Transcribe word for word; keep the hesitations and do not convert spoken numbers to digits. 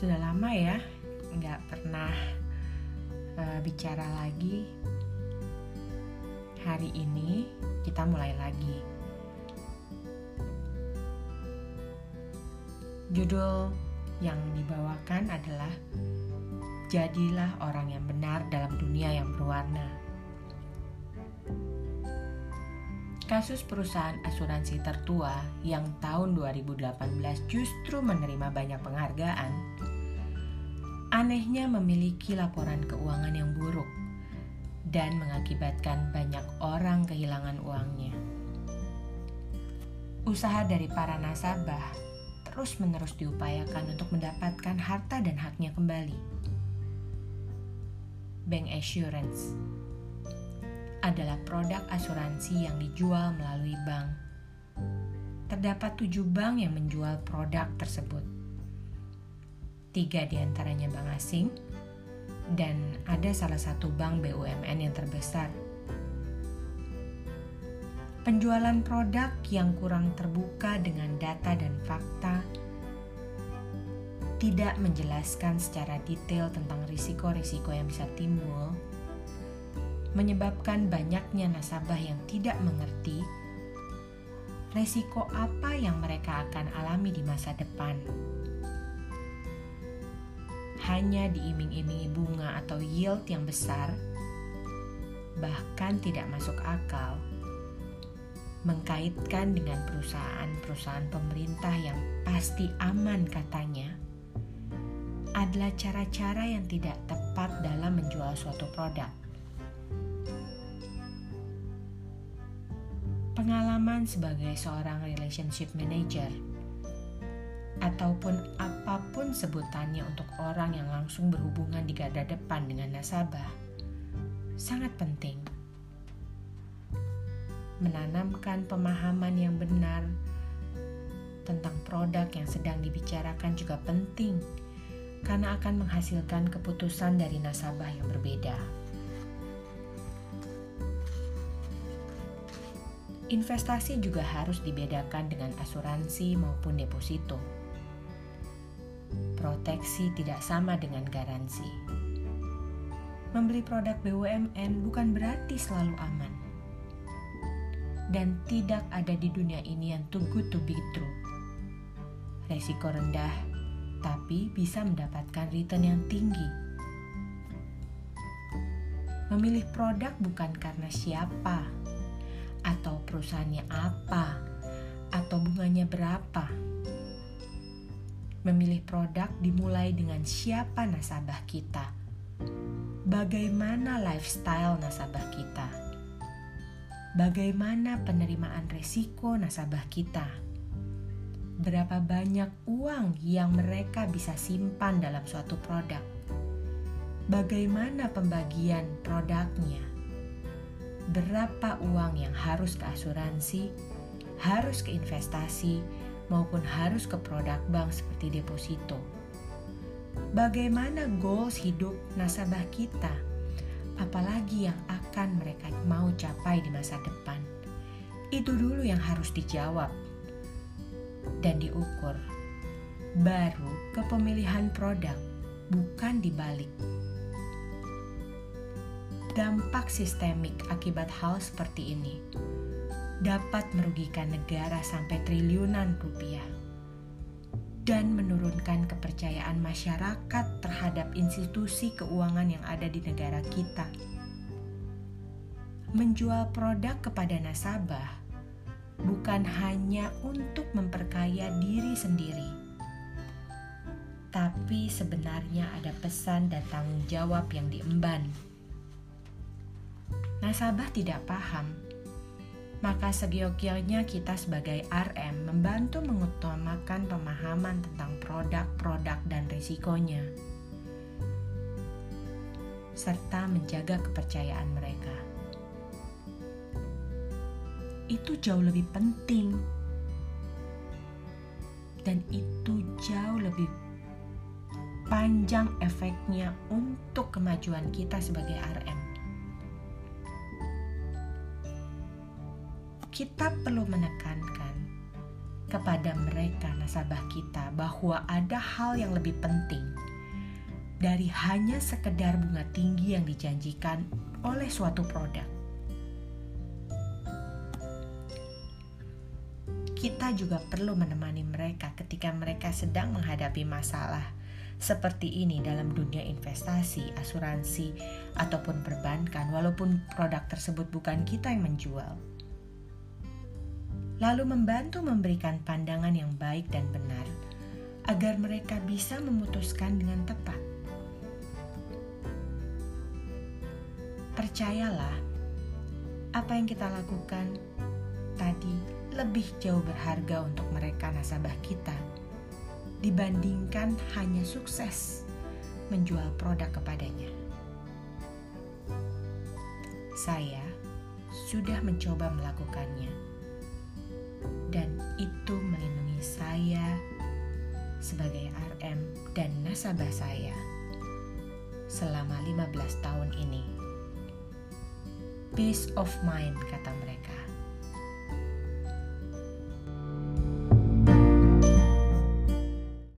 Sudah lama ya nggak pernah uh, bicara lagi. Hari ini kita mulai lagi. Judul yang dibawakan adalah Jadilah Orang yang Benar dalam Dunia yang Berwarna. Kasus perusahaan asuransi tertua yang tahun dua ribu delapan belas justru menerima banyak penghargaan, anehnya memiliki laporan keuangan yang buruk dan mengakibatkan banyak orang kehilangan uangnya. Usaha dari para nasabah terus-menerus diupayakan untuk mendapatkan harta dan haknya kembali. Bank Assurance adalah produk asuransi yang dijual melalui bank. Terdapat tujuh bank yang menjual produk tersebut. Tiga diantaranya bank asing, dan ada salah satu bank B U M N yang terbesar. Penjualan produk yang kurang terbuka dengan data dan fakta, tidak menjelaskan secara detail tentang risiko-risiko yang bisa timbul, menyebabkan banyaknya nasabah yang tidak mengerti risiko apa yang mereka akan alami di masa depan. Hanya diiming-imingi bunga atau yield yang besar, bahkan tidak masuk akal, mengkaitkan dengan perusahaan-perusahaan pemerintah yang pasti aman katanya, adalah cara-cara yang tidak tepat dalam menjual suatu produk. Pengalaman sebagai seorang relationship manager ataupun apapun sebutannya untuk orang yang langsung berhubungan di garda depan dengan nasabah sangat penting. Menanamkan pemahaman yang benar tentang produk yang sedang dibicarakan juga penting, karena akan menghasilkan keputusan dari nasabah yang berbeda. Investasi juga harus dibedakan dengan asuransi maupun deposito. Proteksi tidak sama dengan garansi. Membeli produk B U M N bukan berarti selalu aman. Dan tidak ada di dunia ini yang too good to be true. Resiko rendah, tapi bisa mendapatkan return yang tinggi. Memilih produk bukan karena siapa, atau perusahaannya apa, atau bunganya berapa. Memilih produk dimulai dengan siapa nasabah kita, bagaimana lifestyle nasabah kita, bagaimana penerimaan risiko nasabah kita, berapa banyak uang yang mereka bisa simpan dalam suatu produk, bagaimana pembagian produknya, berapa uang yang harus ke asuransi, harus ke investasi, maupun harus ke produk bank seperti deposito. Bagaimana goals hidup nasabah kita, apalagi yang akan mereka mau capai di masa depan. Itu dulu yang harus dijawab dan diukur. Baru ke pemilihan produk, bukan dibalik. Dampak sistemik akibat hal seperti ini dapat merugikan negara sampai triliunan rupiah dan menurunkan kepercayaan masyarakat terhadap institusi keuangan yang ada di negara kita. Menjual produk kepada nasabah bukan hanya untuk memperkaya diri sendiri, tapi sebenarnya ada pesan dan tanggung jawab yang diemban. Nasabah tidak paham, maka segioknya kita sebagai R M membantu mengutamakan pemahaman tentang produk-produk dan risikonya, serta menjaga kepercayaan mereka. Itu jauh lebih penting, dan itu jauh lebih panjang efeknya untuk kemajuan kita sebagai R M. Kita perlu menekankan kepada mereka nasabah kita bahwa ada hal yang lebih penting dari hanya sekedar bunga tinggi yang dijanjikan oleh suatu produk. Kita juga perlu menemani mereka ketika mereka sedang menghadapi masalah seperti ini dalam dunia investasi, asuransi, ataupun perbankan, walaupun produk tersebut bukan kita yang menjual. Lalu membantu memberikan pandangan yang baik dan benar agar mereka bisa memutuskan dengan tepat. Percayalah, apa yang kita lakukan tadi lebih jauh berharga untuk mereka nasabah kita dibandingkan hanya sukses menjual produk kepadanya. Saya sudah mencoba melakukannya, dan itu melindungi saya sebagai R M dan nasabah saya selama lima belas tahun ini. Peace of mind, kata mereka.